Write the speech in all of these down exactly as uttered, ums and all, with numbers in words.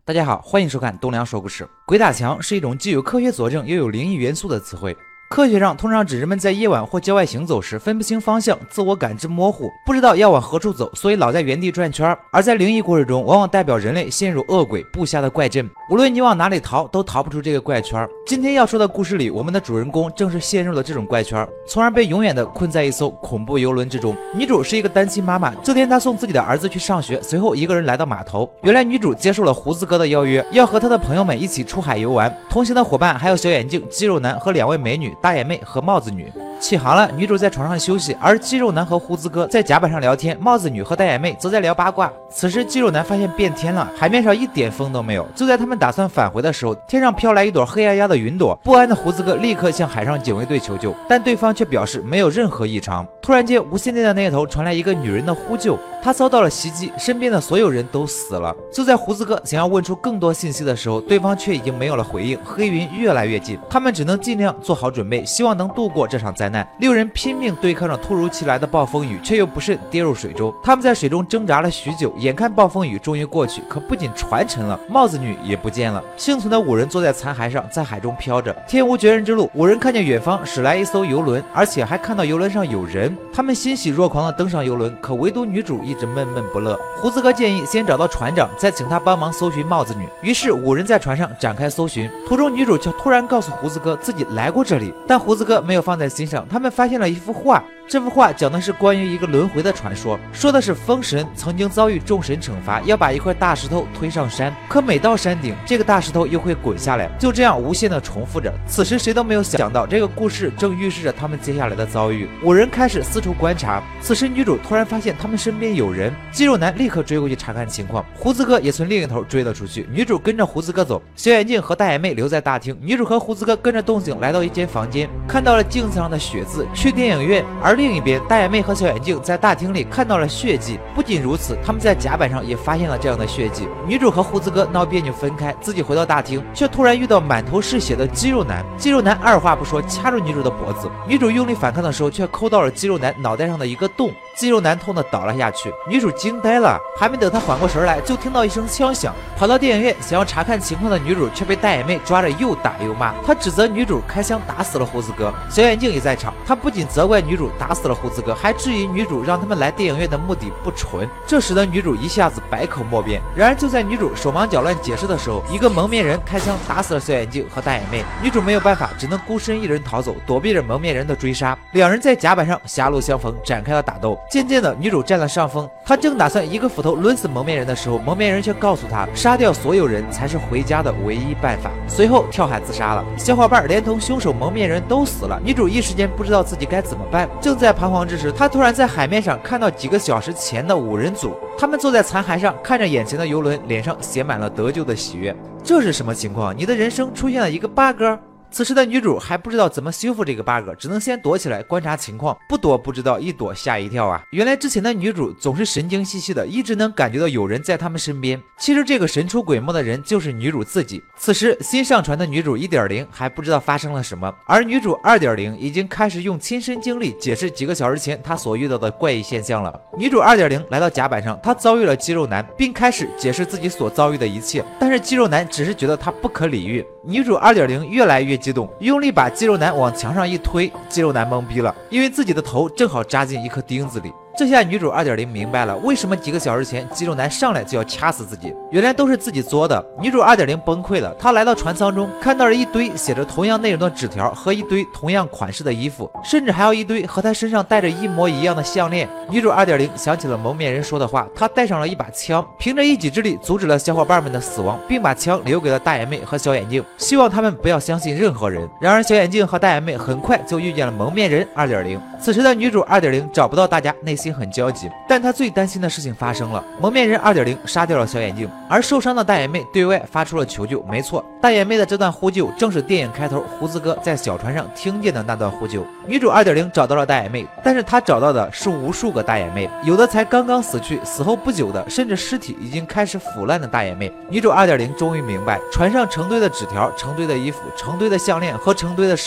大家好，欢迎收看东梁说故事。鬼打墙是一种既有科学佐证又有灵异元素的词汇。科学上通常指人们在夜晚或郊外行走时分不清方向，自我感知模糊，不知道要往何处走，所以老在原地转圈。而在灵异故事中，往往代表人类陷入恶鬼布下的怪阵，无论你往哪里逃，都逃不出这个怪圈。今天要说的故事里，我们的主人公正是陷入了这种怪圈，从而被永远的困在一艘恐怖游轮之中。女主是一个单亲妈妈，这天她送自己的儿子去上学，随后一个人来到码头。原来女主接受了胡子哥的邀约，要和他的朋友们一起出海游玩。同行的伙伴还有小眼镜、肌肉男和两位美女大眼妹和帽子女。起航了，女主在床上休息，而肌肉男和胡子哥在甲板上聊天，帽子女和大眼妹则在聊八卦。此时肌肉男发现变天了，海面上一点风都没有。就在他们打算返回的时候，天上飘来一朵黑压压的云朵，不安的胡子哥立刻向海上警卫队求救，但对方却表示没有任何异常。突然间，无线电的那头传来一个女人的呼救，她遭到了袭击，身边的所有人都死了。就在胡子哥想要问出更多信息的时候，对方却已经没有了回应，黑云越来越近，他们只能尽量做好准备，希望能度过这场灾难。六人拼命对抗着突如其来的暴风雨，却又不慎跌入水中。他们在水中挣扎了许久，眼看暴风雨终于过去，可不仅船沉了，帽子女也不见了。幸存的五人坐在残骸上，在海中飘着。天无绝人之路，五人看见远方驶来一艘游轮，而且还看到游轮上有人。他们欣喜若狂地登上游轮，可唯独女主一直闷闷不乐。胡子哥建议先找到船长，再请他帮忙搜寻帽子女。于是五人在船上展开搜寻，途中女主却突然告诉胡子哥自己来过这里，但胡子哥没有放在心上。他们发现了一幅画，这幅画讲的是关于一个轮回的传说，说的是风神曾经遭遇众神惩罚，要把一块大石头推上山，可每到山顶，这个大石头又会滚下来，就这样无限的重复着。此时谁都没有想到，这个故事正预示着他们接下来的遭遇。五人开始四处观察，此时女主突然发现他们身边有人，肌肉男立刻追过去查看情况，胡子哥也从另一头追了出去。女主跟着胡子哥走，小眼镜和大眼妹留在大厅。女主和胡子哥跟着动静来到一间房间，看到了镜子上的血渍，去电影院。而另一边，大眼妹和小眼镜在大厅里看到了血迹。不仅如此，他们在甲板上也发现了这样的血迹。女主和胡子哥闹别扭分开，自己回到大厅，却突然遇到满头是血的肌肉男。肌肉男二话不说掐住女主的脖子，女主用力反抗的时候，却抠到了肌肉男脑袋上的一个洞，肌肉男痛得倒了下去。女主惊呆了，还没等她缓过神来，就听到一声枪响。跑到电影院想要查看情况的女主却被大眼妹抓着又打又骂，她指责女主开枪打死了胡子哥。小眼镜也在场，她不仅责怪女主打死了胡子哥，还质疑女主让他们来电影院的目的不纯，这使得女主一下子百口莫辩。然而就在女主手忙脚乱解释的时候，一个蒙面人开枪打死了小眼镜和大眼妹。女主没有办法，只能孤身一人逃走，躲避着蒙面人的追杀。两人在甲板上狭路相逢，展开了打斗。渐渐的，女主占了上风，她正打算一个斧头抡死蒙面人的时候，蒙面人却告诉她，杀掉所有人才是回家的唯一办法。随后跳海自杀了，小伙伴连同凶手蒙面人都死了。女主一时间不知道自己该怎么办，正在彷徨之时，她突然在海面上看到几个小时前的五人组，他们坐在残骸上，看着眼前的游轮，脸上写满了得救的喜悦。这是什么情况？你的人生出现了一个 bug。此时的女主还不知道怎么修复这个 bug， 只能先躲起来观察情况，不躲不知道，一躲吓一跳啊！原来之前的女主总是神经兮兮的，一直能感觉到有人在他们身边。其实这个神出鬼没的人就是女主自己。此时新上传的女主 一点零 还不知道发生了什么，而女主 二点零 已经开始用亲身经历解释几个小时前她所遇到的怪异现象了。女主 二点零 来到甲板上，她遭遇了肌肉男，并开始解释自己所遭遇的一切，但是肌肉男只是觉得她不可理喻。女主 二点零 越来越激动，用力把肌肉男往墙上一推，肌肉男懵逼了，因为自己的头正好扎进一颗钉子里。这下女主 二点零 明白了，为什么几个小时前肌肉男上来就要掐死自己，原来都是自己作的。女主 二点零 崩溃了，她来到船舱中，看到了一堆写着同样内容的纸条和一堆同样款式的衣服，甚至还有一堆和她身上戴着一模一样的项链。女主 二点零 想起了蒙面人说的话，她带上了一把枪，凭着一己之力阻止了小伙伴们的死亡，并把枪留给了大眼妹和小眼镜，希望他们不要相信任何人。然而小眼镜和大眼妹很快就遇见了蒙面人 二点零。此时的女主 二点零 找不到大家，内心很焦急，但她最担心的事情发生了，蒙面人 二点零 杀掉了小眼镜，而受伤的大眼妹对外发出了求救。没错，大眼妹的这段呼救正是电影开头胡子哥在小船上听见的那段呼救。女主 二点零 找到了大眼妹，但是她找到的是无数个大眼妹，有的才刚刚死去，死后不久的，甚至尸体已经开始腐烂的大眼妹。女主 二点零 终于明白，船上成堆的纸条，成堆的衣服，成堆的项链和成堆的尸体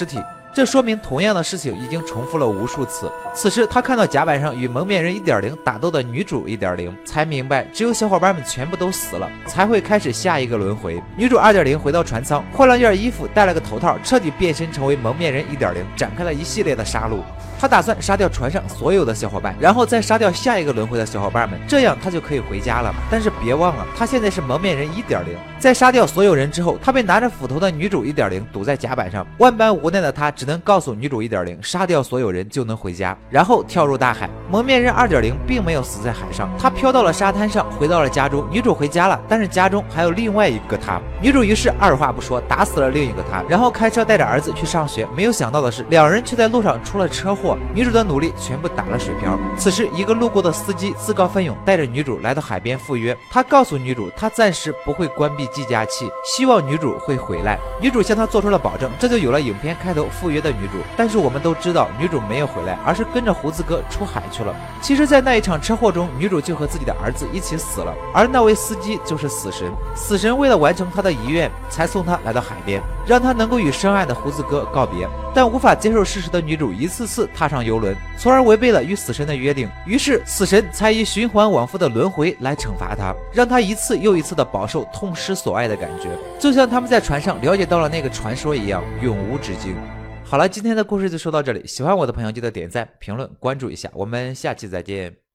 这说明同样的事情已经重复了无数次。此时他看到甲板上与蒙面人 一点零 打斗的女主 一点零， 才明白只有小伙伴们全部都死了，才会开始下一个轮回。女主 二点零 回到船舱，换了件衣服，戴了个头套，彻底变身成为蒙面人 一点零， 展开了一系列的杀戮。他打算杀掉船上所有的小伙伴，然后再杀掉下一个轮回的小伙伴们，这样他就可以回家了。但是别忘了，他现在是蒙面人 一点零。 在杀掉所有人之后，他被拿着斧头的女主 一点零 堵在甲板上，万般无奈的他只能告诉女主 一点零 杀掉所有人就能回家，然后跳入大海。蒙面人 二点零 并没有死在海上，他飘到了沙滩上，回到了家中。女主回家了，但是家中还有另外一个他。女主于是二话不说打死了另一个他，然后开车带着儿子去上学。没有想到的是，两人却在路上出了车祸，女主的努力全部打了水漂。此时一个路过的司机自告奋勇带着女主来到海边赴约，他告诉女主他暂时不会关闭计价器，希望女主会回来。女主向他做出了保证，这就有了影片开头赴约的女主。但是我们都知道女主没有回来，而是跟着胡子哥出海去了。其实在那一场车祸中，女主就和自己的儿子一起死了，而那位司机就是死神。死神为了完成他的遗愿，才送他来到海边，让他能够与深爱的胡子哥告别。但无法接受事实的女主一次次踏上游轮，从而违背了与死神的约定，于是死神才以循环往复的轮回来惩罚他，让他一次又一次的饱受痛失所爱的感觉，就像他们在船上了解到了那个传说一样，永无止境。好了，今天的故事就说到这里，喜欢我的朋友记得点赞、评论、关注一下，我们下期再见。